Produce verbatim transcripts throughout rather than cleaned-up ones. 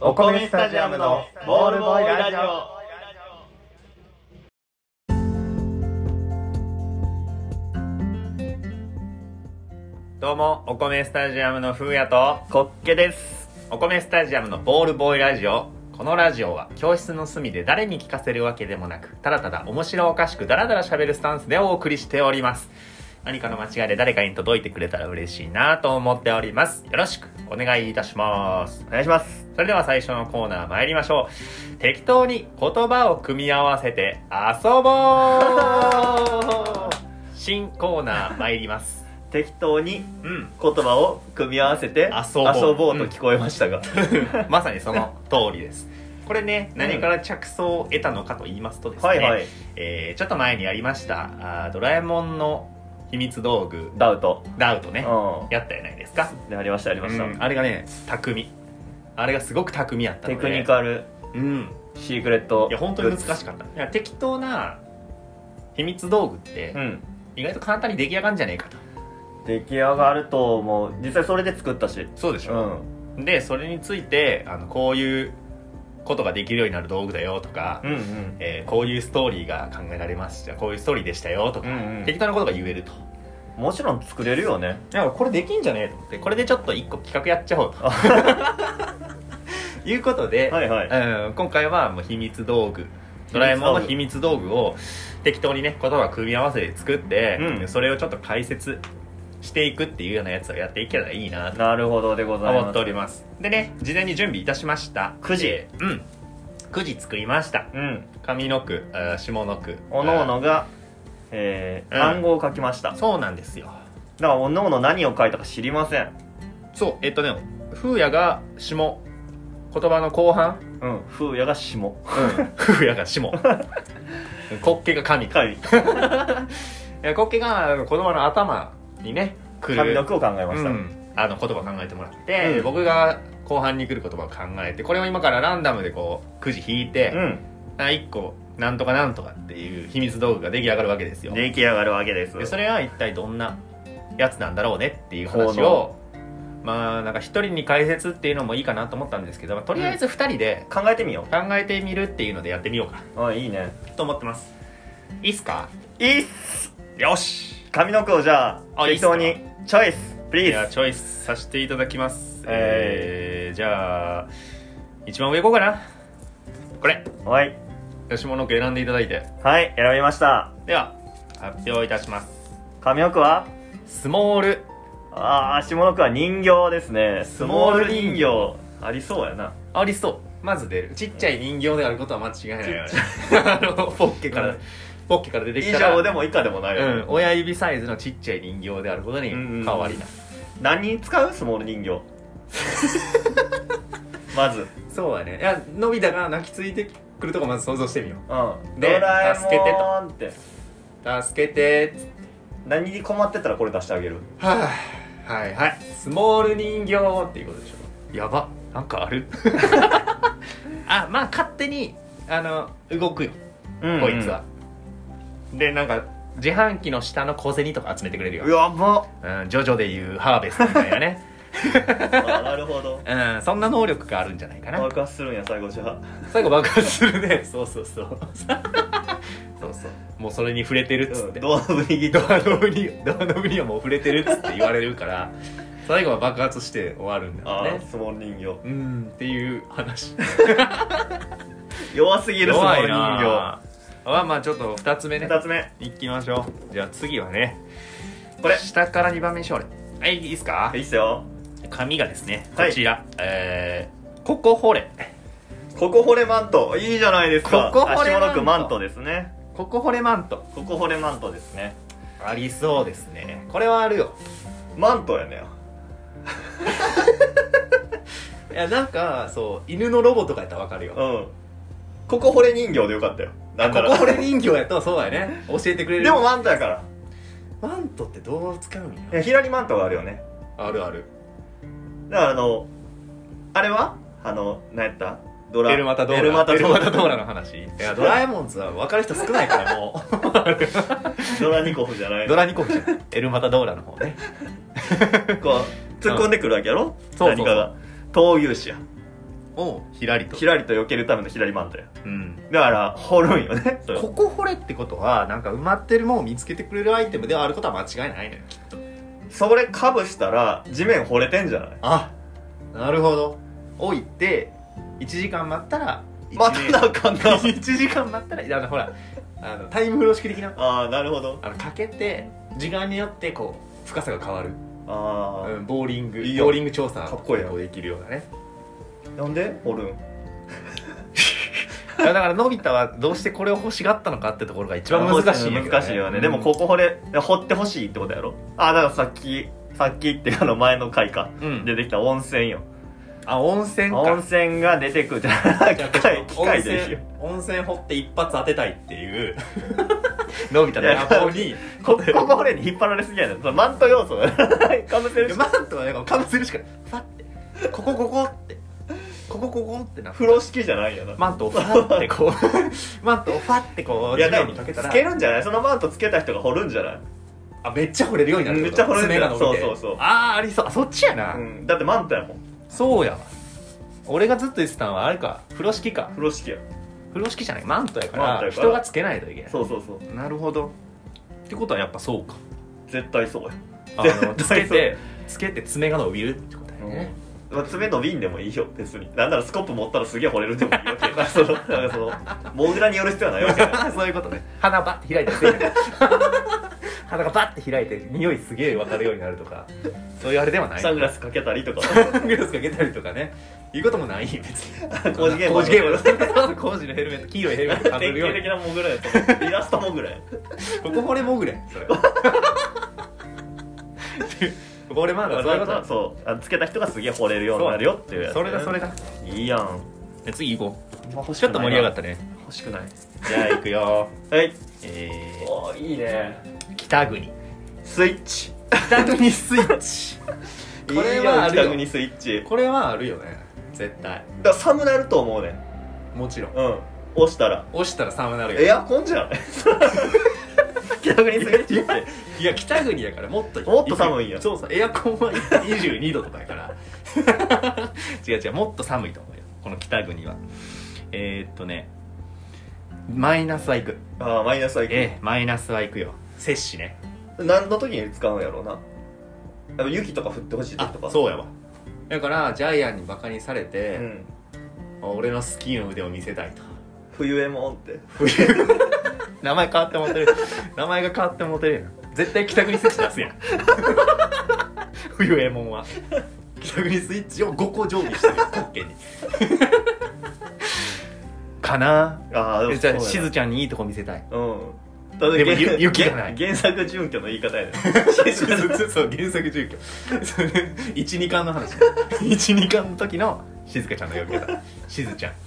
お米スタジアムのボールボーイラジオ。どうも、お米スタジアムのふうやとこっけです。 お米スタジアムのボールボーイラジオ。このラジオは教室の隅で誰に聞かせるわけでもなく、ただただ面白おかしくダラダラ喋るスタンスでお送りしております。何かの間違いで誰かに届いてくれたら嬉しいなと思っております。よろしくお願いいたします。 お願いします。 それでは最初のコーナー参りましょう。適当に言葉を組み合わせて遊ぼう新コーナー参ります。 適当にうん言葉を組み合わせて遊ぼう遊ぼうと聞こえましたが、 うん、まさにその通りです。これね、何から着想を得たのかと言いますとですね、 はいはい、 えー、ちょっと前にやりましたあドラえもんの秘密道具ダウトダウトね、 うん、 やったじゃないですか。 でありましたありました、 うん、あれがね巧みあれがすごく巧みやったのでテクニカル、 うん、 シークレット。 いや本当に難しかった。いや適当な秘密道具って、うん、意外と簡単に出来上がるんじゃねえかと。 出来上がると思う。実際それで作ったし。 そうでしょ、うん、でそれについてあのこういうことができるようになる道具だよとか、うんうん、えー、こういうストーリーが考えられました、こういうストーリーでしたよとか、うんうん、適当なことが言えると。 もちろん作れるよね。 いやこれできんじゃねえと思って、これでちょっと一個企画やっちゃおうということで、はいはい、うん、今回はもう秘密道具ドラえもんの秘密道具を適当にね言葉組み合わせて作って、うん、それをちょっと解説していくっていうようなやつをやっていけたらいいなとなるほどでございます。 思っております。でね、事前に準備いたしましたくじ、 えー、うんくじ作りました、うん、上の句下の句おのおのが、えー、単語を書きました、 うん、そうなんですよ。 だからおのおの何を書いたか知りません。 そうえっとね風也が下言葉の後半、 うん、風也が下、うん、 風也が下コッケが神神コッケが言葉の頭にね来る神の句を考えました、うん、 あの言葉を考えてもらって、うん、僕が後半に来る言葉を考えて、これを今からランダムでこうくじ引いて、うん、いっこなんとかなんとかっていう秘密道具が出来上がるわけですよ。 出来上がるわけです。 でそれは一体どんなやつなんだろうねっていう話をまあなんか一人に解説っていうのもいいかなと思ったんですけど、とりあえず二人で、 うん、考えてみよう考えてみるっていうのでやってみようか。 あいいねと思ってます。いいっすか？ いいっす。 よし、 上の句をじゃあ適当にチョイスプリーズ。 いやチョイスさせていただきます、えー、えー、じゃあ一番上行こうかな。これはい、 下の句選んでいただいて。 はい選びました。 では発表いたします。 上の句はスモール。 あー下の句は人形ですね。スモール人形ありそうやな。 ありそう。まず出るちっちゃい人形であることは間違いないよねあのポッケから、うん、ポッケから出てきたら以上でも以下でもないよね、 うん、親指サイズのちっちゃい人形であることに変わりない。 何に使うスモール人形まずそうだね。いやのび太が泣きついてくるとこまず想像してみよう、うん、 でドラえもん助けてとって助けてっつって何に困ってたらこれ出してあげる。 はあ、はいはいスモール人形っていうことでしょ。やばなんかあるあまあ勝手にあの動くよ、うんうん、こいつは。でなんか自販機の下の小銭とか集めてくれるよ。 やば、 うん、ジョジョでいうハーベストみたいなねあなるほど、 うん、そんな能力があるんじゃないかな。 爆発するんや最後じゃあ最後爆発するねそうそうそうそうそうもうそれに触れてるっつって、うん、 ドアノブにドアノブにドアノブにはもう触れてるっつって言われるから最後は爆発して終わるんだよね。 あスモール人形うんっていう話弱すぎるスモール人形はまあちょっとふたつめねふたつめいきましょう。じゃあ次はねこれ下からにばんめにしようね。はいいいっすか？ いいっすよ。 紙がですねこちら、はい、えー、ここ掘れここ掘れマントいいじゃないですか。 ここ掘れマント下の句マントですね。 ここ掘れマントここ掘れマントですね。 ありそうですね。これはあるよ。 マントやねいやなんかそう犬のロボとかやったらわかるよ。 うんここ掘れ人形でよかったよ。 なんここ掘れ人形やとそうだよね教えてくれる。 でもマントやからマントってどう使うんや。 いや左マントがあるよね。 あるある。 だからあのあれはあの何やったドラエルマタドーラエルマタドーラの話。いやドラえもんズは分かる人少ないからもうドラニコフじゃないドラニコフじゃないエルマタドーラの方ねこう突っ込んでくるわけやろ、 うん、 何かが闘牛士やをひらりとひらりと避けるためのひらりマントや。 うんだから掘るんよね。それここ掘れってことはなんか埋まってるものを見つけてくれるアイテムではあることは間違いないのよきっと。 それかぶしたら地面掘れてんじゃない？ あ、なるほど。置いていちじかん待ったら待たなあかんな。 いちじかん待ったらあのほらあのタイム風呂式的なああなるほど。 あのかけて時間によってこう深さが変わる、 ああ、 うん、ボーリングいいよボーリング調査かっこいいやんこうできるようなね。 なんで掘るん？ だからのび太はどうしてこれを欲しがったのかってところが一番難しいんやけどね。 難しいよね、うん、でもここ掘れ掘ってほしいってことやろ。ああだからさっきさっきってあの前の回か、うん、出てきた温泉よ。 あ、温泉か。 温泉が出てくるじゃん。機械機械でいいよ。 温泉掘って一発当てたいっていうのび太の野望にこここ掘れに引っ張られすぎやねん。そのマント要素がかぶせるしマントはねかぶせるしかない。ファってここここってここここってな風呂敷じゃないよな。 マントをファってこうマントをファってこういや地面にかけたらつけるんじゃない？そのマントつけた人が掘るんじゃない？ あ、めっちゃ掘れるようになる。 めっちゃ掘れるんだよ。そうそうそう。 ああ、ありそう。あ、そっちやな、 うん、だってマントやもん。 そうやわ。俺がずっと言ってたのはあれか、風呂敷か。 風呂敷や。 風呂敷じゃない、マントやから人がつけないといけない。 そうそうそう。 なるほど。ってことはやっぱそうか。 絶対そうや。 あのつけてつけて爪が伸びるってことだよね、 うん、まあ、爪伸びんでもいいよ別に。なんならスコップ持ったらすげえ掘れるでもいいわけ。そのなんかそのモグラによる必要はないわけだ。 そういうことね。鼻バッて開いて鼻がバッて開いて匂いすげえ分かるようになるとか、そういうあれではない。 サングラスかけたりとかサングラスかけたりとかね、いうこともない別に。 工事ゲーム工事ゲーム工事のヘルメット、黄色いヘルメットかぶるように。 典型的なモグラやと思う。イラストモグラや。 ここ掘れモグレそれここ掘れマンがそういうことだ。 そうあつけた人がすげえ掘れるようになるよっていうやつ、ね、 それだそれだ。 いいやん。 次行こう。ちょっと盛り上がったね。 欲しくない。 じゃあ行くよ。 はい。 えー、おーいいね。 北国スイッチ。 北国スイッチ。 これはあるよ。北国スイッチ。 これはあるよね絶対。 だから寒なると思うね。 もちろん。 うん押したら押したら寒なるよ。 エアコンじゃない？北国スイッチって。 いや北国やからもっともっと寒いんや。 そうそう、エアコンはにじゅうにどとかやから違う違う、もっと寒いと思うよこの北国は。えー、っとねマイナスは行く。 ああマイナスは行く。 ええマイナスは行くよ。摂氏ね。 何の時に使うんやろうな。やっぱ雪とか降ってほしい時とか。 そうやわ。だからジャイアンにバカにされて、 うん、 俺のスキーの腕を見せたいと。 冬エモンって冬名前変わってもてる。名前が変わってもてるやん。絶対北国スイッチ出すやん冬エモンは北国スイッチをごこ常備してるポッケにかなあ。あじゃあしずちゃんにいいとこ見せたい。 うんでも雪がない。 原作準拠の言い方やねそう原作準拠いちにかんの話いちにかんの時のしずかちゃんの呼び方しずちゃん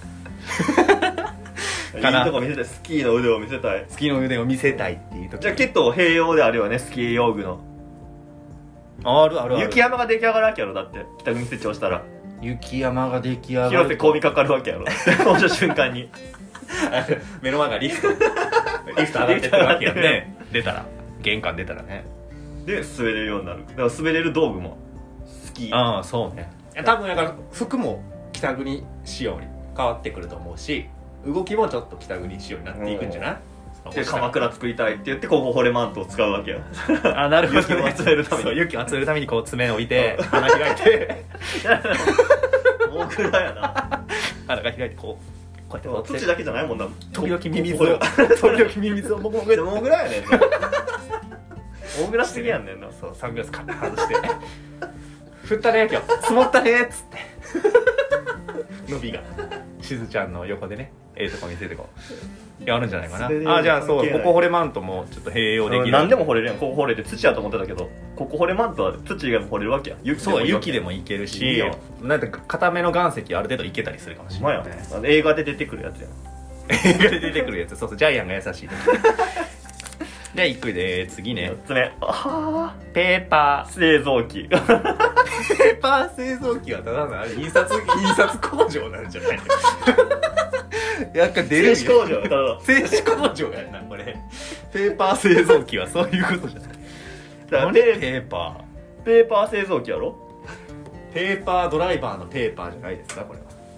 かないいとこ見せたい。スキーの腕を見せたい。 スキーの腕を見せたいっていう時。 じゃあ結構併用であるよねスキー用具の。 あるあるある。 雪山が出来上がるわけやろ。だって北国設置をしたら雪山が出来上がる。 広瀬香美かかるわけやろこの瞬間に目の前がリフトリフト上がってくるわけやね出たら玄関出たらね。 で滑れるようになる。だから滑れる道具もスキー。 ああそうね。多分だから服も北国仕様に変わってくると思うし、動きもちょっと北国仕様になっていくんじゃない？ で鎌倉作りたいって言ってここホレマントを使うわけよ。 あなるほど、ね、 雪を集めるために。 そう雪を集めるためにこう爪を置いて鼻開いてモグラやな。 鼻が開いてこうこうやって土だけじゃないもんな。 時々ミミズを時々ミミズをモグモグモグラやねんな。モグラすぎやんねんな。 そうサングラスカッて外して降ったね今日積もったねっつってのびがしずちゃんの横でねええとこ見せてこうやるんじゃないかな。あじゃあそうここ掘れマントもちょっと併用できる。 何でも掘れるやん。ここ掘れて土やと思ってたけどここ掘れマントは土以外も掘れるわけや。 雪そう雪でもいけるしいいなんて固めの岩石ある程度いけたりするかもしれない、ね、 まあ、映画で出てくるやつやん。 映画で出てくるやつそうそうジャイアンが優しいじゃあいくで次ね。 よっつめあペーパー製造機ペーパー製造機はただのあれ印刷印刷工場なんじゃないなんか出る製紙工場ただ製紙工場やなこれ。ペーパー製造機はそういうことじゃない。 だからペーパーペーパー製造機やろ。 ーペーパードライバーのペーパーじゃないですかこれは。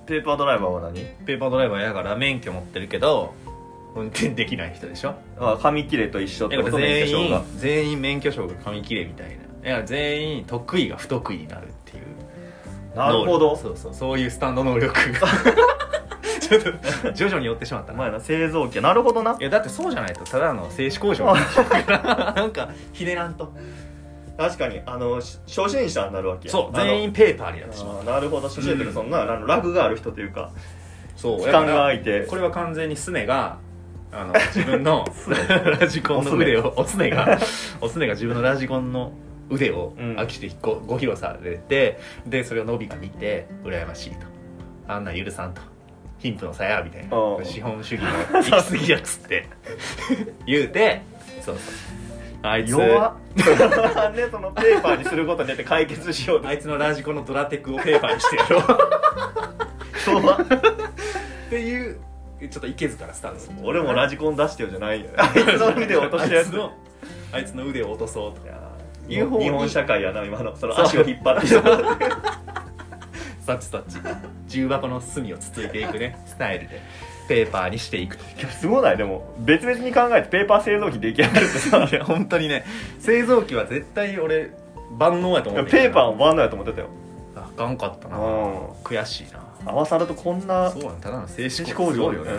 ペーパードライバーは何？ ペーパードライバーやから免許持ってるけど運転できない人でしょ。 あ、紙切れと一緒ってだからこと？免許証全員が全員免許証が紙切れみたいな。だから全員得意が不得意になるっていう。 なるほど。 そうそう、そういうスタンド能力がちょっと徐々に寄ってしまったな。 前な製造機。なるほどな。 いやだってそうじゃないとただの製紙工場になっちゃうからなんかひねらんと。 確かにあの初心者になるわけや。 そう全員ペーパーになってしまう。 なるほど。初心者というかそんな、うん、あのラグがある人というかそう期間が空いて、 これは完全にスネがあの自分のラジコンの腕をおすねがおすねが自分のラジコンの腕を飽きてごご披露されて、でそれをノビが見て羨ましいと、あんなん許さんと、貧富の差やみたいな、資本主義の行き過ぎやつって言うて、そうそうあいつ弱っなんでそのペーパーにすることによって解決しようとあいつのラジコンのドラテクをペーパーにしてやろう弱っっていうちょっといけずからスタートする。 俺もラジコン出してよじゃないよあいつの腕を落としたやつのあいつの腕を落とそうという方に日本社会やな今のその足を引っ張ってきたサッチサッチ重箱の隅をつついていくねスタイルでペーパーにしていくと。 すごないでも別々に考えてペーパー製造機出来上がるってさいや本当にね製造機は絶対俺万能やと思ってペーパーも万能やと思ってたよ。 あかんかったな、悔しいな。 合わさるとこんなそうなんただの製紙工場よね。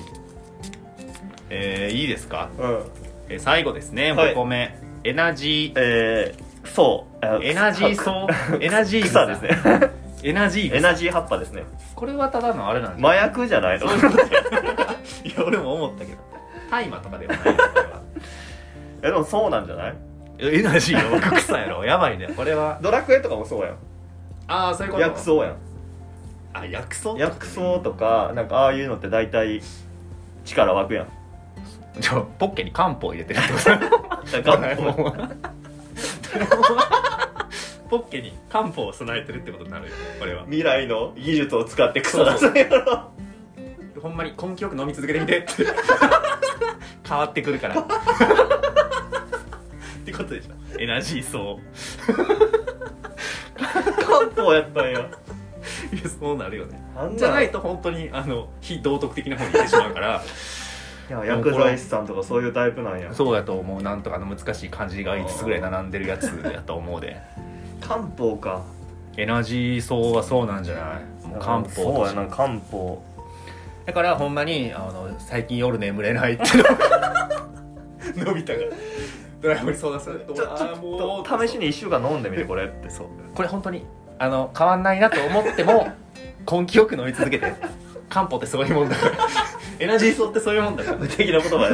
えー、いいですか、 うんえー、最後ですね、 はい、 ごこめエナジーえー、そうエナジーソーエナジー草ですねエナジーエナジー葉っぱですね。 これはただのあれなんじゃ麻薬じゃないの？ そういうことやいや俺も思ったけど大麻とかではないよこれは。 えでもそうなんじゃない？ エナジーの若草やろやばいねこれは。 ドラクエとかもそうやん。 ああそういうこと。 薬草やん。 あ薬草薬草とかなんかああいうのって大体力湧くやん。 じゃあポッケに漢方入れてるってこと漢方ポッケに漢方を備えてるってことになるよこれは。 未来の技術を使って草出すやろ。 ほんまに根気よく飲み続けてみてって変わってくるからってことでしょエナジー層漢方やったんや。 いやそうなるよね。 なんだじゃないと本当にあの非道徳的な方に行ってしまうからいや薬剤師さんとかそういうタイプなんや。 そうやと思う。なんとかの難しい漢字がいつつぐらい並んでるやつやと思うで漢方か。 エナジー層はそうなんじゃない。もう漢方とそうやな漢方だからほんまにあの最近夜眠れないってののび太がドライブに相談するとちょちょっと試しにいっしゅうかん飲んでみてこれってそうこれ本当にあの変わんないなと思っても根気よく飲み続けて漢方ってそういうもんだからエナジー層ってそういうもんだから無敵な言葉や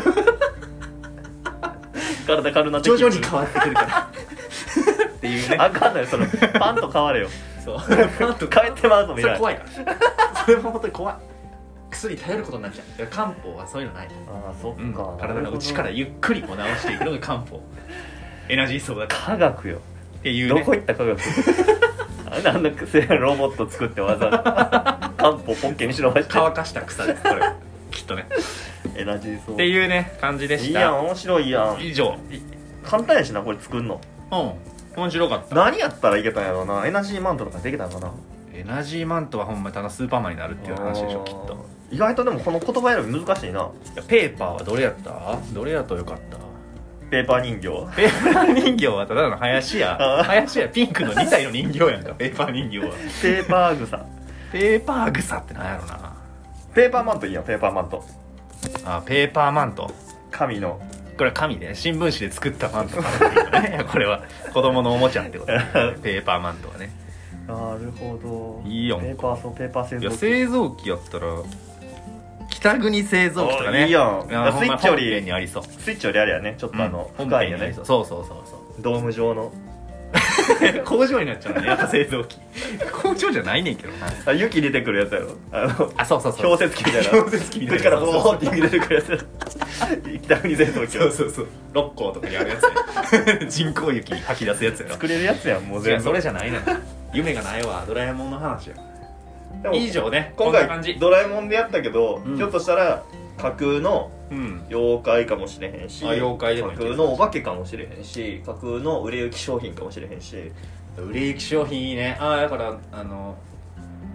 体軽なって徐々に変わってくるからっていうね。 あかんないそのパンと変われよそうパンと変えてまうと未来。 それ怖いからそれも本当に怖い。薬頼ることになっちゃう。だから漢方はそういうのない。 ああそっか、うん、 体の内からゆっくりこう治していくのが漢方エナジー層だから科学よっていう、ね、 どこ行った科学あんなあんなロボット作ってわざわざ漢方ポッケにしろまして乾かした草ですこれきっとねエナジー層っていうね感じでした。 いいやん面白いやん。 以上。 簡単やしなこれ作るの。 うん面白かった。 何やったらいけたんやろうな。エナジーマントとかできたんかな。 エナジーマントはほんまただスーパーマンになるっていう話でしょきっと。 意外とでもこの言葉選び難しいな。 ペーパーはどれやったどれやとよかった。 ペーパー人形ペーパー人形はただの林家林家ピンクのにさいの人形やんかペーパー人形は。 ペーパー草ペーパー草ってなんやろな。 ペーパーマントいいやん。ペーパーマント。 あペーパーマント紙のこれは紙で新聞紙で作ったマントかなっていうねこれは子供のおもちゃってこと、ね、ペーパーマントはね。 なるほど。 いいよ。 ペーパーそうペーパー製造機。 いや製造機やったら北国製造機とかね。 いいやん。 いやスイッチより本編にありそう。 スイッチよりあれやねちょっとあの、 うん、 深いよね。 そうそうそうそうドーム状の工場になっちゃうねやっぱ製造機工場じゃないねんけどな。 あ雪出てくるやつやろ。あのあそうそうそう氷雪機みたいな氷雪機みたいな口からボーって雪出てくるやつ北国製造機そうそうそう六甲とかにあるやつね人工雪吐き出すやつやろ。 作れるやつやんもう全部。 それじゃないのよ夢がないわドラえもんの話や。以上ね今回ドラえもんでやったけど、うん、ひょっとしたら架空の妖怪かもしれへんし、うん、 妖怪でもいい架空のお化けかもしれへんし架空の売れ行き商品かもしれへんし。 売れ行き商品いいね。ああだからあの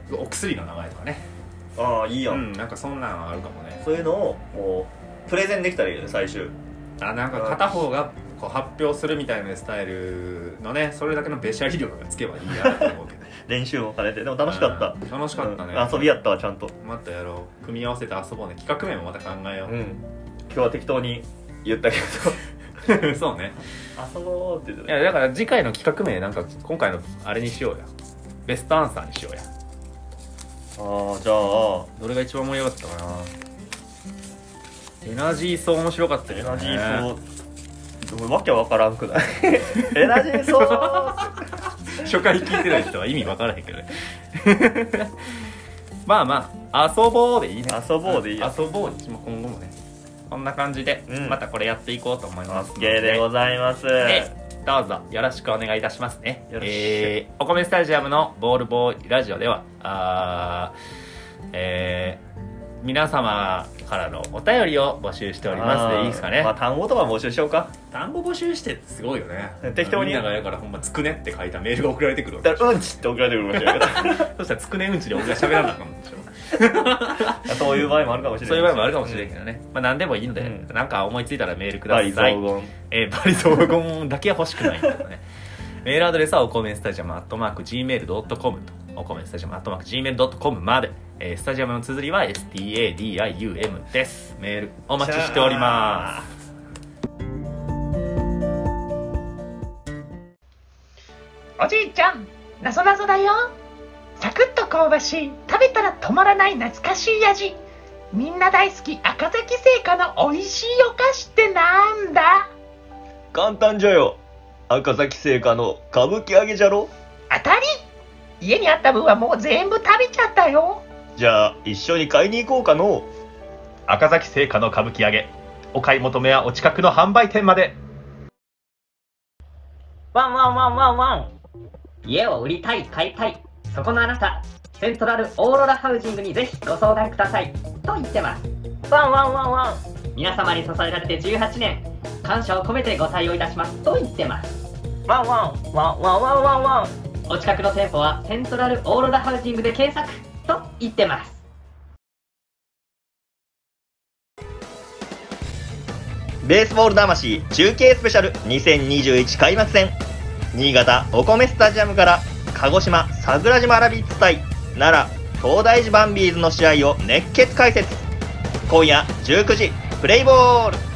お薬の名前とかね。 ああいいやん、 うん、なんかそんなんあるかもね。 そういうのをこうプレゼンできたらいいよね最終。 あ、なんか片方がこう発表するみたいなスタイルのね、それだけのべしゃり力がつけばいいやと思うけど練習も兼ねて。でも楽しかった、 楽しかったね、 うん、遊びやったわちゃんと。 またやろう、組み合わせて遊ぼうね。企画名もまた考えよう、 うん、今日は適当に言ったけどそうね、 遊ぼうって言っていやだから次回の企画名なんか今回のあれにしようや、ベストアンサーにしようや。 ああじゃあどれが一番盛り上がったかな。エナジー層面白かったよね。 エナジー層わけわからんくないエナジー層初回聞いてない人は意味わからへんけどねまあまあ遊ぼうでいいね。 遊ぼうでいいや。 遊ぼうに今後もねこんな感じで、 うん、 またこれやっていこうと思いますので、OK でございます。 でどうぞよろしくお願いいたしますね。よろしく、えー、お米スタジアムのボールボーイラジオではあー、えー皆様からのお便りを募集しておりますでいいですかね。 まあ、単語とか募集しようか。 単語募集してすごいよね。 適当にみんながやからほんまつくねって書いたメールが送られてくるわけだからうんちって送られてくるかもしれないそしたらつくねうんちで俺が喋らなあかんでしょそういう場合もあるかもしれない。 そういう場合もあるかもしれないけどね、うん、まあ何でもいいので、うん、なんか思いついたらメールください。 バリ雑言、 えー、バリ雑言だけは欲しくないんだけどねメールアドレスはお米スタジアムアットマーク ジーメールドットコム とお米スタジアムアットマーク ジーメールドットコム まで、えー、スタジアムの綴りは エスティーエーディーアイユーエム です。メールお待ちしております。 おじいちゃん、なぞなぞだよ。サクッと香ばしい、食べたら止まらない懐かしい味。みんな大好き赤崎製菓の美味しいお菓子ってなんだ？ 簡単じゃよ。赤崎製菓の歌舞伎揚げじゃろ。 当たり。家にあった分はもう全部食べちゃったよ。 じゃあ一緒に買いに行こうかの。 赤崎製菓の歌舞伎揚げ、お買い求めはお近くの販売店まで。 ワンワンワンワンワン。家を売りたい買いたい、そこのあなた、セントラルオーロラハウジングにぜひご相談くださいと言ってます。ワンワンワンワン。皆様に支えられてじゅうはちねん、感謝を込めてご対応いたしますと言ってます。ワンワンワンワンワンワンワン。お近くの店舗はセントラルオーロラハウジングで検索と言ってます。 ベースボール魂中継スペシャルにせんにじゅういち開幕戦、新潟お米スタジアムから鹿児島桜島ラビッツ対奈良東大寺バンビーズの試合を熱血解説。今夜じゅうくじプレイボール。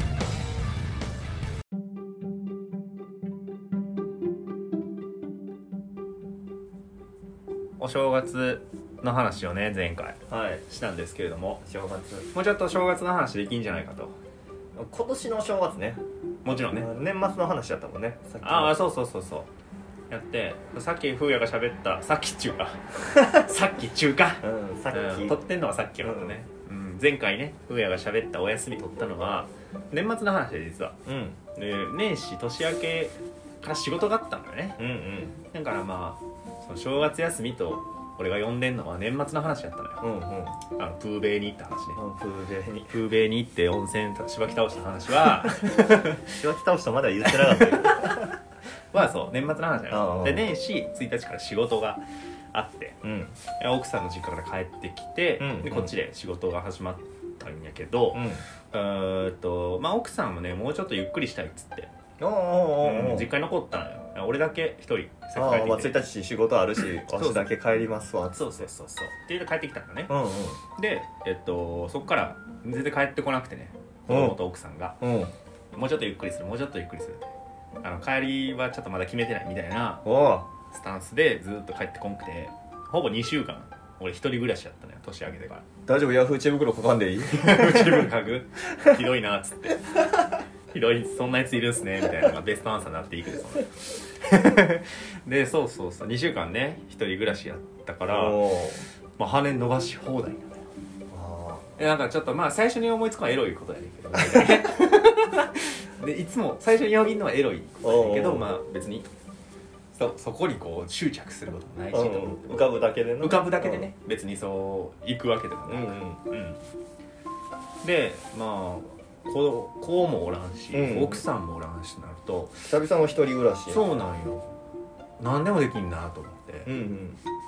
お正月の話をね前回はいしたんですけれども、 正月もうちょっと正月の話できんじゃないかと。 今年の正月ね、 もちろんね、 年末の話だったもんね。さっきああそうそうそうそうやって、さっき風也が喋ったさっき中かさっき中か、 うん、さっき、 うん、撮ってんのはさっきのことね、うんうん、前回ね風也が喋ったお休み撮ったのは年末の話で実は、 うん、 で年始年明けから仕事があったんだよね、 うんうん、 だからまあその正月休みと俺が呼んでんのは年末の話やったのよ、 うんうん、 あのプーベイに行った話ね、 うん、プーベイにプーベイに行って温泉しばき倒した話はしばき倒したまでは言ってなかったけどはそう年末の話だよ。 うんで年始ついたちから仕事があって、 うん、 奥さんの実家から帰ってきて、 うん、 でこっちで仕事が始まったんやけど、うん、うーんとまあ奥さんもねもうちょっとゆっくりしたいっつっておーおーおーおー、 うん、実家に残ったのよ。俺だけ一人先帰ってきて、 ああ、まあ、ついたち仕事あるしわしだけ帰りますわ。 そうそうそうそうっていうで帰ってきたんだね、 うんうん、 で、えっと、そっから全然帰ってこなくてね、子供と奥さんが、 うん、 もうちょっとゆっくりするもうちょっとゆっくりするって、あの帰りはちょっとまだ決めてないみたいなスタンスでずっと帰ってこんくて、ほぼにしゅうかん俺一人暮らしやったのよ、年明けてから。 大丈夫、ヤフー知恵袋かかんでいいうち分書くひどいなっつってひどい、そんなやついるんすねみたいなのがベストアンサーになっていくで、そでそうそうそうにしゅうかんね一人暮らしやったから、まあ、羽伸ばし放題なのよ。あなんかちょっとまあ最初に思いつくのはエロいことやねんけどでいつも最初によぎるのはエロいことやねんけど、まあ別に そ, そこにこう執着することもないしと思って、 浮かぶだけでね浮かぶだけでね、別にそう行くわけでもなく、うんうんうん、でまあ子, 子もおらんし、うん、奥さんもおらんしなると久々の一人暮らし。 そうなんよ、何でもできんなと思って、 うんうん、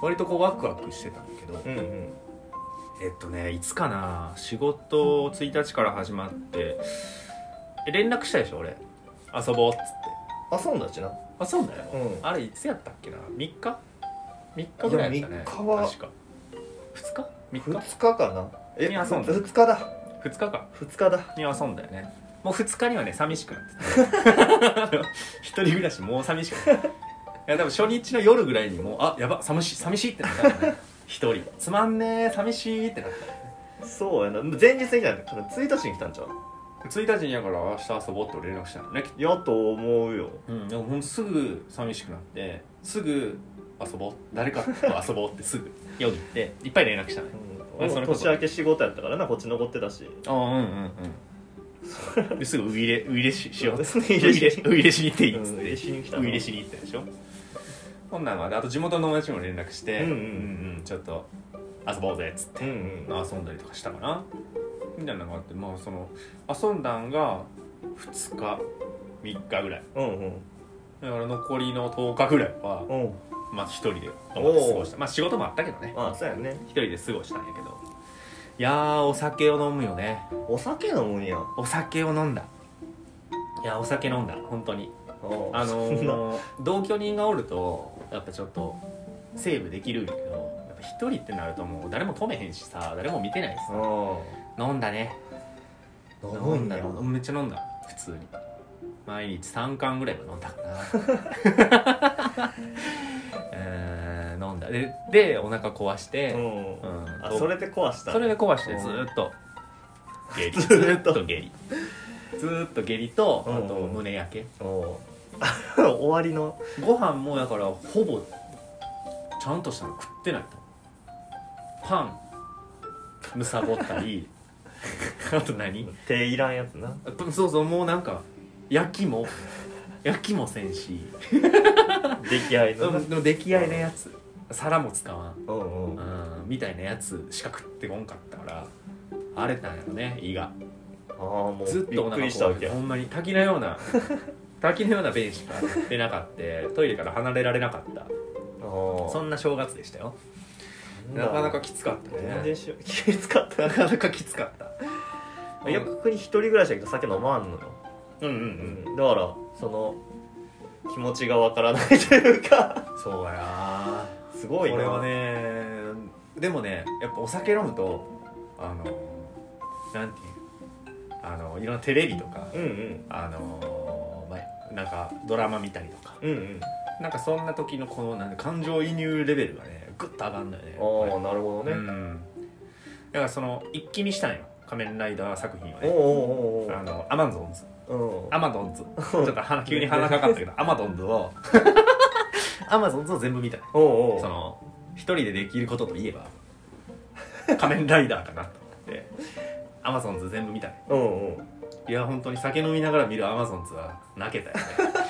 割とこうワクワクしてたんだけど、 うんうんえっとねいつかな、仕事ついたちから始まってえ連絡したでしょ俺、遊ぼうっつって。 あそうだしな。 あそうだよ、 うんあれいつやったっけな、みっかみっかぐらいやったね。 いやみっかは確かふつかみっかふつかかな。えいやそうなんだふつかだふつかかふつかだ。 に遊んだよね。もうふつかにはね寂しくなってた一人暮らしもう寂しくなってた。いや多分初日の夜ぐらいにもうあやば寂しい寂しいってなったからね一人つまんねえ寂しいってなったね。 そうやな。前日に来たんだからついたちに来たんちゃう。 ついたちにやから明日遊ぼうって俺連絡したのね。 やと思うよ。 うんでもほんとすぐ寂しくなってすぐ遊ぼう誰かと遊ぼうってすぐよぎっていっぱい連絡したね。 うん、 それこそ年明け仕事やったからな、こっち残ってたし。 ああうんうんうんですぐウイレウイレししようそうウイレウイレしに行っていいっつっうんウイてレしに来たなウイレしに行ったでしょ。こんなんはあと地元の友達にも連絡してうんうんうんちょっと遊ぼうぜっつってうんうん遊んだりとかしたかなみたいなのがあって、まあその遊んだんがふつかみっかぐらいうんうんだから残りのとおかぐらいはうんまあ一人で過ごした。まあ仕事もあったけどねああそうやね。 一人で過ごしたんやけど、いやーお酒を飲むよね。 お酒飲むんや。 お酒を飲んだ。いやお酒飲んだ本当に。あのそんなー、同居人がおるとやっぱちょっとセーブできるんやけど、やっぱ一人ってなるともう誰も止めへんしさ誰も見てないしさ飲んだね。 飲飲むんやんだよめっちゃ飲んだ普通に毎日さんかんぐらいは飲んだかなえー飲んだででお腹壊して、 うんうんあそれで壊した。 それで壊してずーっと下痢ずーっと下痢ずーっと下痢とあとうん胸焼け。 お終わりの。 ご飯もだからほぼちゃんとしたの食ってないと。パンむさぼったりあと何手いらんやつな。 そうそうもうなんか焼きも焼きもせんし出来合いのな。 でも出来合いのやつ皿も使わん、 うんうんうん、みたいなやつしか食ってこんかったからあれなんやろね胃がああもうずっとおびっく腹壊してりしたわけや。 ほんまに滝のような滝のような便しか出なかったトイレから離れられなかったあそんな正月でしたよ。なかなかきつかったね。 全然しきつかった。 なかなかきつかった逆に一人暮らしだけど酒飲まんのよ。 うんうんうんだからその気持ちがわからないというかそうやなすごいな。 これはねでもねやっぱお酒飲むとあのなんていうあのいろんなテレビとか、 うんうんあのまあなんかドラマ見たりとかうんうんなんかそんな時のこのなんで感情移入レベルがねグッと上がるんだよね。 ああなるほどね。 うんだからその一気見したんよ仮面ライダー作品をね。 おうおうおうおうあのアマゾンズうんアマゾンズちょっと鼻急に鼻かかったけどアマゾンズをアマゾンズを全部見た。 おうおうその一人でできることといえば仮面ライダーかなと思ってアマゾンズ全部見たね。 おうおういや本当に酒飲みながら見るアマゾンズは泣けたよね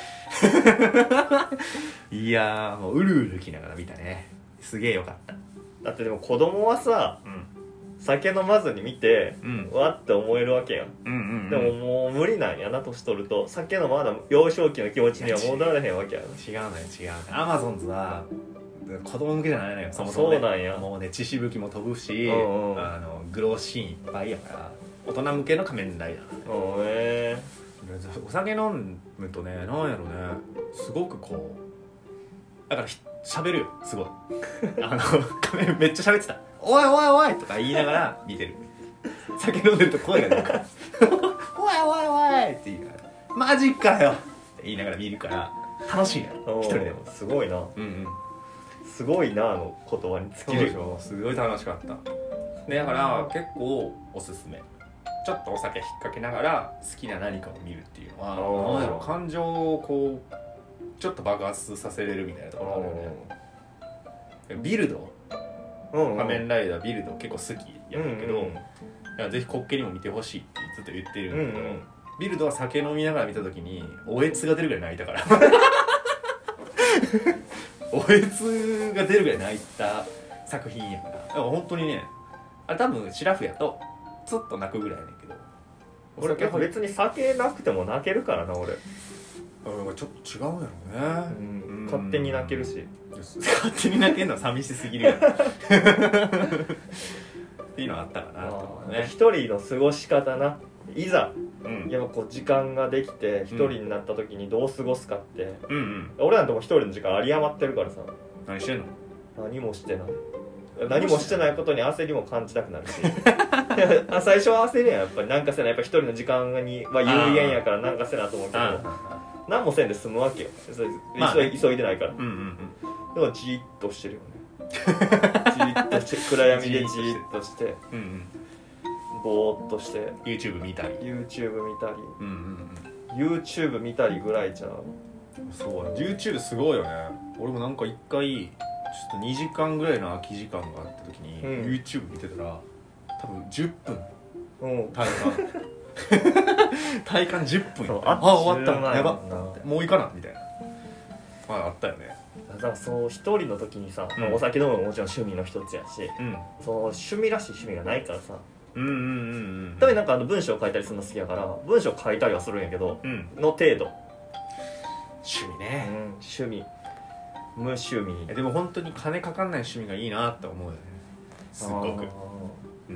いやーもううるうるきながら見たね。すげえよかった。 だってでも子供はさうん酒飲まずに見てうんわって思えるわけやん。 うんうんうんでももう無理なんやな年取ると酒のまだ幼少期の気持ちには戻られへんわけやな。 違うのよ違うの。アマゾンズは子供向けじゃないのよそもそも、ね、 そうなんやもうね血しぶきも飛ぶし、 うんうんあのグローシーンいっぱいやから大人向けの仮面ライダーなのよ。 おえお酒飲むとねなんやろねすごくこうだからひ喋るよすごいあの仮面めっちゃ喋ってたおいおいおいとか言いながら見てる。酒飲んでると声が出るからおいおいおいって言いながらマジかよって言いながら見るから楽しいのー、 一人でも。 すごいな。 うんうんすごいなあの言葉に尽きるそうでしょすごい楽しかったでだから結構おすすめ。ちょっとお酒引っ掛けながら好きな何かを見るっていうのはおーなんやろ感情をこうちょっと爆発させれるみたいなところあるよね。ビルドうんうん仮面ライダービルド結構好きやねんけど、 うんうんいやぜひコッケにも見てほしいってずっと言ってるんだけど、 うんうんビルドは酒飲みながら見た時におえつが出るぐらい泣いたからおえつが出るぐらい泣いた作品やからだから本当にねあれ多分シラフやとずっと泣くぐらいやねんけど俺お酒別に酒なくても泣けるからな俺。 うんちょっと違うんやろうねうん勝手に泣けるし、 勝手に泣けるのは寂しすぎるやんっていうのはあったかなと思うね。 一人の過ごし方な、いざうんやっぱこう時間ができて一人になった時にどう過ごすかって、 うんうん。 俺なんてもう一人の時間有り余ってるからさ、 何してんの？ 何もしてない何もしてないことに焦りも感じたくなるし最初は焦るやん、やっぱりなんかせな、やっぱ一人の時間には有限やからなんかせなと思うけど、何もせんで済むわけよ、 まあね、 急いでないから。 うんうんうん。 でもじーっとしてるよねじーっとして暗闇でじーっとしてうんうん。 ぼーっとして YouTube 見たり YouTube 見たり、 うんうんうん、YouTube 見たりぐらいじゃん。 そう YouTube すごいよね。俺もなんか一回ちょっとにじかんぐらいの空き時間があった時に、うん、YouTube 見てたら多分じゅっぷん、うん、体感体感じゅっぷん、ああ終わったやばもういいかなみたいな、まああったよね。 だからそう一人の時にさ、うん、お酒飲むのももちろん趣味の一つやし、うん、その趣味らしい趣味がないからさ、うんうんうんうん、多分なんかあの文章を書いたりするの好きやから文章を書いたりはするんやけど、うん、の程度。 趣味ね、 うん、趣味無趣味。 でも本当に金かかんない趣味がいいなって思うよね、すごく。うん、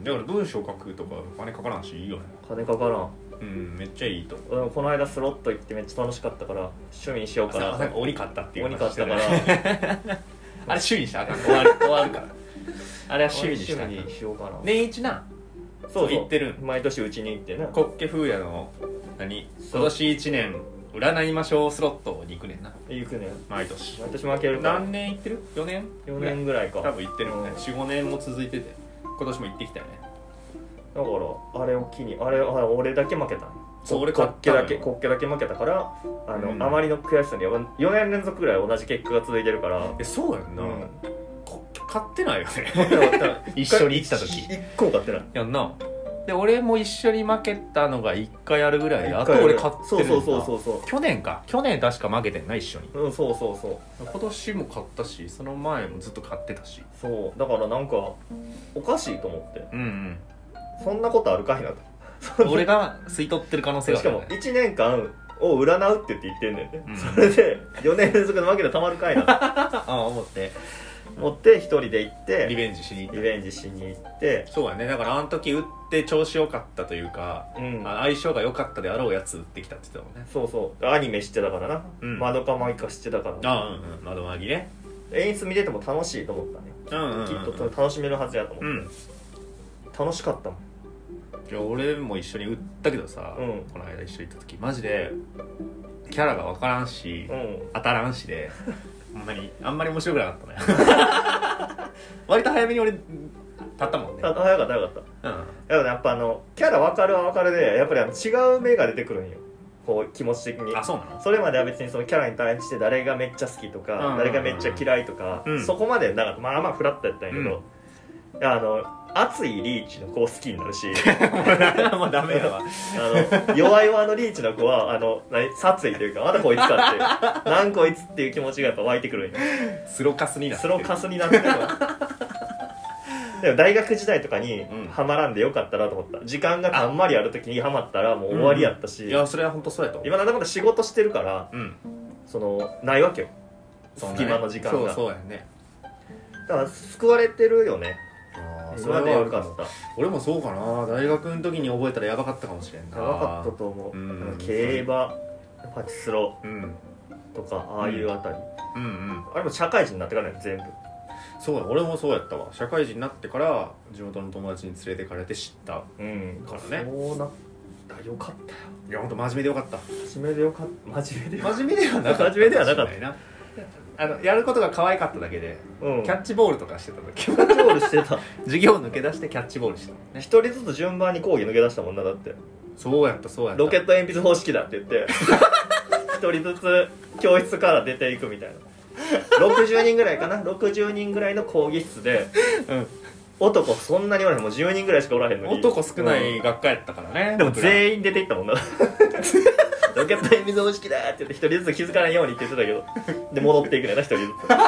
だから文章書くとか金かからんしいいよね。 金かからん。 うん、めっちゃいいと思う。 でもこの間スロット行ってめっちゃ楽しかったから趣味にしようかな。 なんか鬼買ったっていう鬼買ったからあれ趣味にしたらあかん、終わる終わるからあれは趣味にしたらあかん。 趣味にしようかな。 年一な。 そうそう行ってる。 毎年うちに行ってな。 コッケ風屋の何今年いちねん占いましょうスロットに行くねんな。 行くねん毎年。 毎年負けるから。 何年行ってる？ よ 年？ よねんぐらいか。 多分行ってるもんね。よん、ごねんも続いてて今年も行ってきたよね。 だからあれを機にあれあ俺だけ負けたん。 そう俺コッケだけコッケだけ負けたからあの、うん、あまりの悔しさによねん連続ぐらい同じ結果が続いてるから。 えそうやんな、うん、買ってないよね一緒に行った時いっこも買ってないやんな。で俺も一緒に負けたのがいっかいあるぐらいで、あと俺買ってるんだ。 そうそうそうそう。 去年か去年確か負けてんな一緒に。 うんそうそうそう。 今年も買ったしその前もずっと買ってたし。 そうだからなんかおかしいと思って。 うんうん。 そんなことあるかいなと俺が吸い取ってる可能性がある、ね、 しかもいちねんかんを占うって言って言ってんねんね、うん、それでよねん連続で負けてたまるかいなああ思って持って一人で行ってリベンジしに行ってリベンジしに行ってそうやね。だからあの時打って調子良かったというか、うん、相性が良かったであろうやつ打ってきたって言ってたもんね。 そうそうアニメ知ってたからな、うん、窓かマギか知ってたからああうんうん窓マギね。 演出見てても楽しいと思ったね、うんうんうんうん、きっと楽しめるはずやと思って、うん、楽しかったもん。 いや俺も一緒に打ったけどさ、うん、この間一緒に行った時マジでキャラが分からんし、うん、当たらんしでほんまにあんまり面白くなかったね割と早めに俺立ったもんね。 早かった早かった、うん、だからやっぱあのキャラ分かるは分かるでやっぱりあの違う目が出てくるんよ、こう気持ち的に。 あそうなの。 それまでは別にそのキャラに対して誰がめっちゃ好きとか、うん、誰がめっちゃ嫌いとか、うん、そこまでなんかまあまあフラットやったんやけど、うん、あの熱いリーチの子を好きになるしもうダメやわあの弱々のリーチの子はあの殺意というかまたこいつかってなんこいつっていう気持ちがやっぱ湧いてくるんよ。 スロカスになってスロカスになってるでも大学時代とかにハマらんでよかったなと思った。時間がたんまりある時にハマったらもう終わりやったし、うん、 いやそれは本当そうやと思う。 今なんだかんだ仕事してるから、うん、そのないわけよ、隙間の時間が。 そうそうやね。 だから救われてるよね。あそれはねよかった。 俺もそうかな。大学の時に覚えたらやばかったかもしれんな。 やばかったと思う、うん、競馬パチスロ、うん、とかああいうあたり、うんうんうん、あれも社会人になってからね全部。 そうだ俺もそうやったわ。社会人になってから地元の友達に連れてかれて知ったからね、うん、 そうなったよかったよ。 いやほんと真面目でよかった。 真面目でよかった真面目で真面目ではなかった真面目ではなかったな。あのやることが可愛かっただけで、うん、キャッチボールとかしてた時キャッチボールしてた授業抜け出してキャッチボールしてた、 ね、一人ずつ順番に講義抜け出したもんな。だってそうやったそうやった。 ロケット鉛筆方式だって言って一人ずつ教室から出ていくみたいなろくじゅうにんぐらいかなろくじゅうにんぐらいの講義室で、うん、男そんなにおらへんもうじゅうにんぐらいしかおらへんのに男少ない学科やったからね、 うん、でも全員出ていったもんなロケット鉛筆方式だって言って一人ずつ気づかないようにって言ってたけどで戻っていくねんな一人ず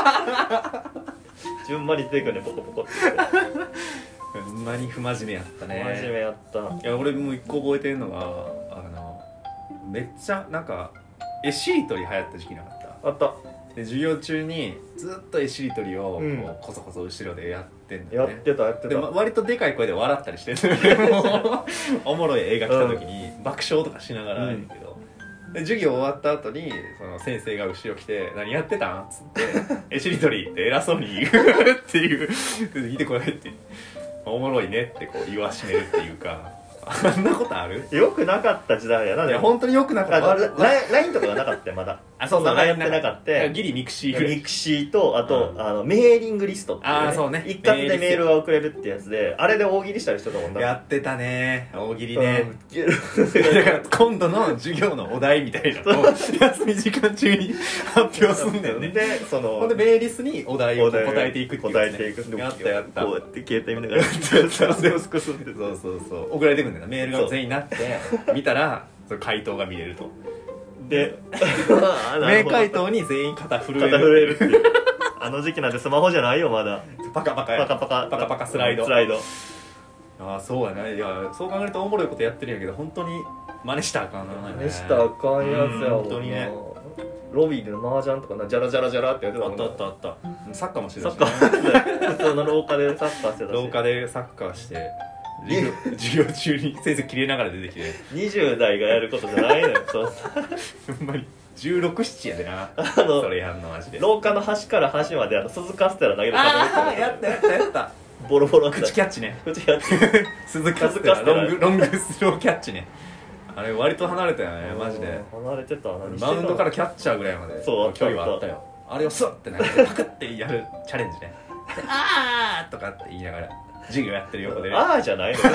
つ順番に出ていくねんポコポコってほんまに不真面目やったね。 真面目やった。 いや俺も一個覚えてるのがあのめっちゃなんか絵しりとり流行った時期なかった？ あった。 で授業中にずっと絵しりとりをこう、 うんこそこそ後ろでやってんだよね。 やってたやってたでも割とでかい声で笑ったりしてるもうおもろい映画来た時に爆笑とかしながらやるけど、で授業終わった後にその先生が後ろ来て「何やってたん?」っつって「絵しりとり」って偉そうに言うっていう「見てこい」っておもろいねってこう言わしめるっていうかあんなことある？ よくなかった時代やな。 いや本当によくなかった。 あのラインラインとかがなかったよまだ。 あそうそう流行ってなかったギリミクシーぐらい。 ミクシーとあと、 うんあのメーリングリストっていう、 あーそうね一括でメールが送れるってやつで、あれで大喜利したりしてたもんな。 やってたね大喜利ね、 うんだから今度の授業のお題みたいなのを休み時間中に発表すんだよね。 でそのほんでメーリスにお題を答えていくっていうやつね、 答えていく。 やったやった。 こうやって携帯見ながらそうすくすんでそうそうそう送られてくるんだよな。メールが全員なって見たらその回答が見れると。 で名回答に全員肩震える。 肩震えるっていうあの時期なんてスマホじゃないよまだ。 パカパカパカパカパカパカスライドスライド。 ああそうやね。いやそう考えるとおもろいことやってるんやけど本当に真似したらあかんな。 真似したらあかんやつやもんな。 うん本当にね。 ロビーでの麻雀とかな、ジャラジャラジャラってやってたもんな。 あったあったあった。サッカーもしてサたしね、 ッカー普通の廊下でサッカーしてたし。 廊下でサッカーして授業授業中に先生切れながら出てきてにじゅう代がやることじゃないのよ。そうほんまにじゅうろく、ななやでなあのそれやんのマジで。 廊下の端から端まであの鈴カステラ投げるああやったやったやったボロボロだった口キャッチね。 口やって鈴カステラロングロングスローキャッチね。あれ割と離れたよねマジで。 離れてた。何してたマウンドからキャッチャーぐらいまでそう距離はあったよ。あれをスッて投げてパクってやるチャレンジね。であーとかって言いながら授業やってる横でね。 ああじゃないの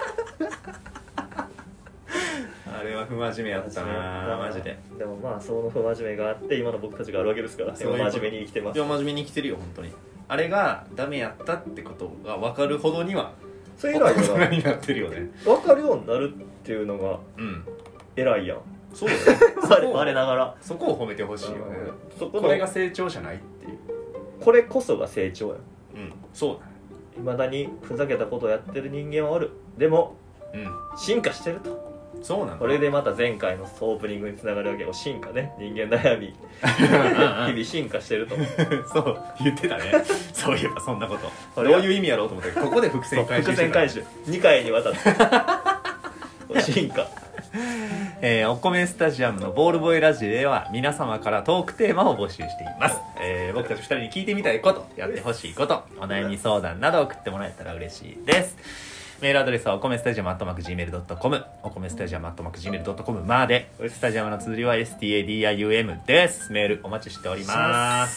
あれは不真面目やったなマジで。 でもまあその不真面目があって今の僕たちがあるわけですから、 そういうこと真面目に生きてます。 いや真面目に生きてるよ本当に。あれがダメやったってことが分かるほどにはそれ以来大人はになってるよね。 分かるようになるっていうのがうん偉いやん。 そうだね我我ながらそこを褒めてほしいよね。 そこのこれが成長じゃないっていう。 これこそが成長やん。 うんそうだね。 いまだにふざけたことをやってる人間はおる。でもう進化してると。 んそうなんだ。 これでまた前回のオープニングにつながるわけよ。進化ね。人間悩み日々進化してると。 そう言ってたねそういえばそんなことこれはどういう意味やろうと思ったけどここで伏線回収伏してた線回収にかいにわたって進化。 えーお米スタジアムのボールボーイラジオでは皆様からトークテーマを募集しています、えー僕たちふたりに聞いてみたいことやってほしいことお悩み相談など送ってもらえたら嬉しいです。メールアドレスはお米スタジアムアットマーク ジーメールドットコム お米スタジアムアットマーク ジーメールドットコム まで。スタジアムの綴りは エスティーエーディーアイユーエム です。メールお待ちしております。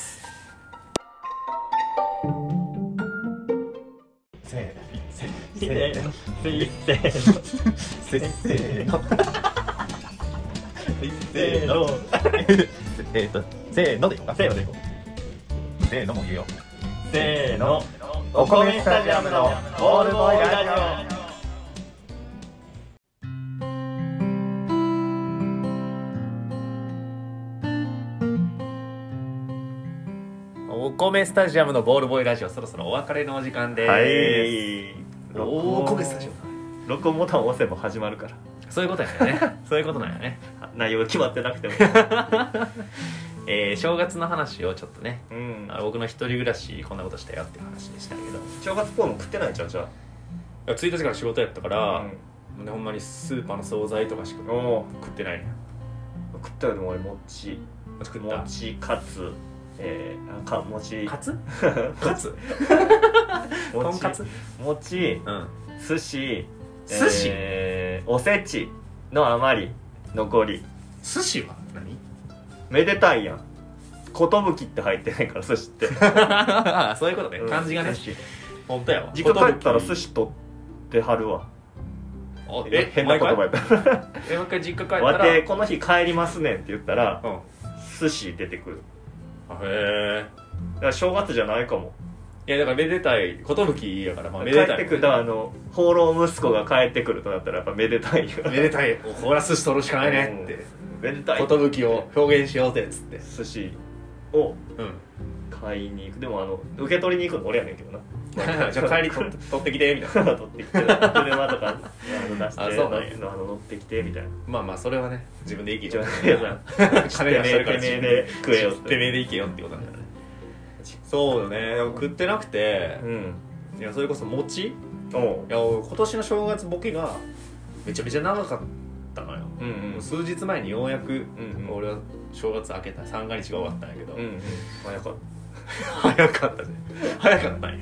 せーせーのせーのせーのせーのえっとせーのでいこうか。 せーのでいこう。 せーのも言うよ。 せーのお米スタジアムのボールボーイラジお米スタジアムのボールボーイラジオそろそろお別れのお時間オ。 です。 はいお米スタジオ録音ボタンを押せば始まるから。 そういうことやねそういうことなんやね。 内容が決まってなくてもえー、正月の話をちょっとね、 うんあの僕の一人暮らしこんなことしたよっていう話でしたけど、 正月コーン食ってないんちゃうじゃあ。 ついたちから仕事やったから、 うんでほんまにスーパーの惣菜とかしかお食ってないね。 食ったよ。でも俺餅食った餅カツえー、か餅カツカツとん餅かつ餅うん寿司寿司えー、おせちの余り残り。 寿司は何めでたいやん。寿って入ってないから寿司ってそういうことね、漢字がね寿司本当やわ。 実家帰ったら寿司取ってはるわ。 あえ変な言葉やったえもう一回実家帰ったらわてこの日帰りますねんって言ったらうん寿司出てくる。 あへえ。 だから正月じゃないかも。 いやだからめでたい寿やからまあめ帰でたいってくるだからあの放浪息子が帰ってくるとなったらやっぱめでたいよ。 めでたいこれは寿司取るしかないねってうんめでたい寿を表現しようぜっつって寿司をうん買いに行く。でもあの受け取りに行くの俺やねんけどな。 じゃあ帰り取って取ってきてみたいな取ってきて車とかあの出してあそうなんやのあの乗ってきてみたいなまあまあそれはね自分で行けよいや金出してるからてめえで食えよっててめえで行けよってことなんだよねそうよねでも食ってなくてうんいやそれこそ餅いおうや今年の正月ボケがめちゃめちゃ長かったのよ、 うんうんもう数日前にようやく、 うんうん俺は正月明けた三が日が終わったんやけど、 うんうん早かっ早かったね早かったんや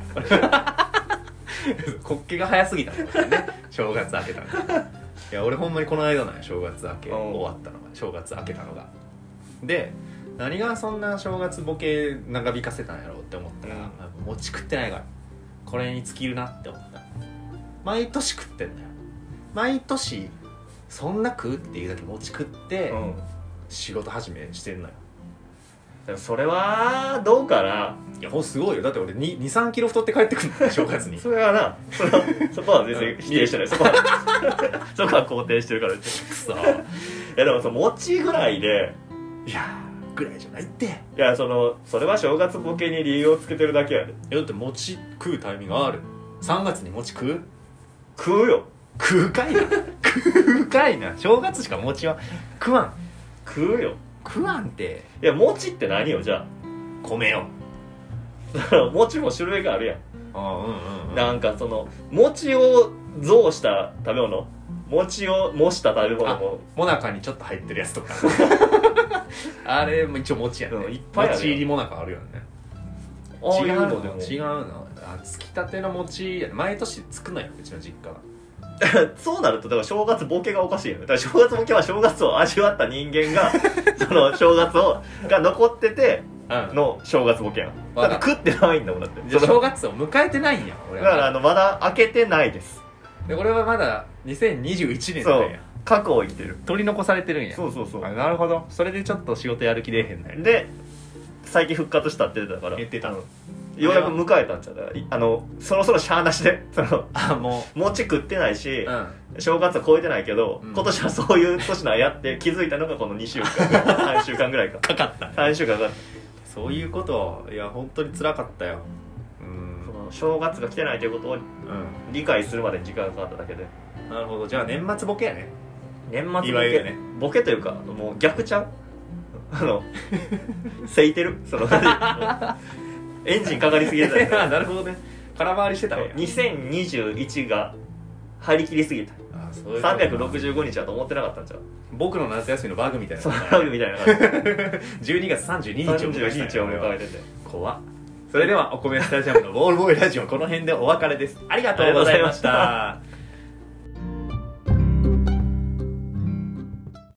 滑稽が早すぎたんだよね正月明けたのがいや俺ほんまにこの間なんや正月明けうん終わったのが正月明けたのがで何がそんな正月ボケ長引かせたんやろうって思ったら、 うんまあ餅食ってないからこれに尽きるなって思った毎年食ってんだよ毎年そんな食うっていうだけ餅食ってたうん仕事始めしてんのよでもそれはどうかないやほんすごいよだって俺にじゅうさんキロ太って帰ってくるの正月にそれはなそれはそこは全然否定してないそこはそこは肯定してるからっていさやでもその餅ぐらいでいやーぐらいじゃないっていやそのそれは正月ボケに理由をつけてるだけやでえだって餅食うタイミングあるさんがつに餅食う食うよ食うかいな食うかいな正月しか餅は食わん食うよ食わんっていや餅って何よじゃ米よあ餅も種類があるやんああうんうん、うん、 なんかその餅を増した食べ物餅を模した食べ物あももなかにちょっと入ってるやつとかあれも一応餅やねうんいっぱいあるよ餅入りもなかあるよねあ違うのやるの違うのあつきたての餅やね毎年つくのようちの実家はそうなるとだから正月ボケがおかしいよねだから正月ボケは正月を味わった人間がその正月をが残っててうんの正月ボケやんわかだって食ってないんだもんだってじゃあその正月を迎えてないんや俺はだからあのまだ開けてないですで俺はまだにせんにじゅういちねんなそうんや過去を生きてる取り残されてるんやそうそうそうあなるほどそれでちょっと仕事やる気出えへんねで最近復活したって言ってたから言ってたうんようやく迎えたんちゃうだからいあのそろそろしゃーなしでそのあも餅食ってないし、 ううん正月は超えてないけど、 うん今年はそういう年なんやって気づいたのがこのにしゅうかんさんしゅうかんぐらいかかかったさんしゅうかんかかっそういうこといや本当に辛かったようんたその正月が来てないということをう理解するまでに時間がかかっただけでんなるほどじゃあ年末ボケやね年末ボケいわゆるねボケというかもう逆ちゃうあのせいてるそのエンジンかかりすぎてたよなるほどね空回りしてたんやにせんにじゅういちが張り切りすぎたあそういうことさんびゃくろくじゅうごにちだと思ってなかったんちゃう僕の夏休みのバグみたいなそのラグみたいな感じじゅうにがつさんじゅうににちを迎えさんじゅうににちを迎えてて怖っそれではお米スタジアムのボールボーイラジオこの辺でお別れですありがとうございました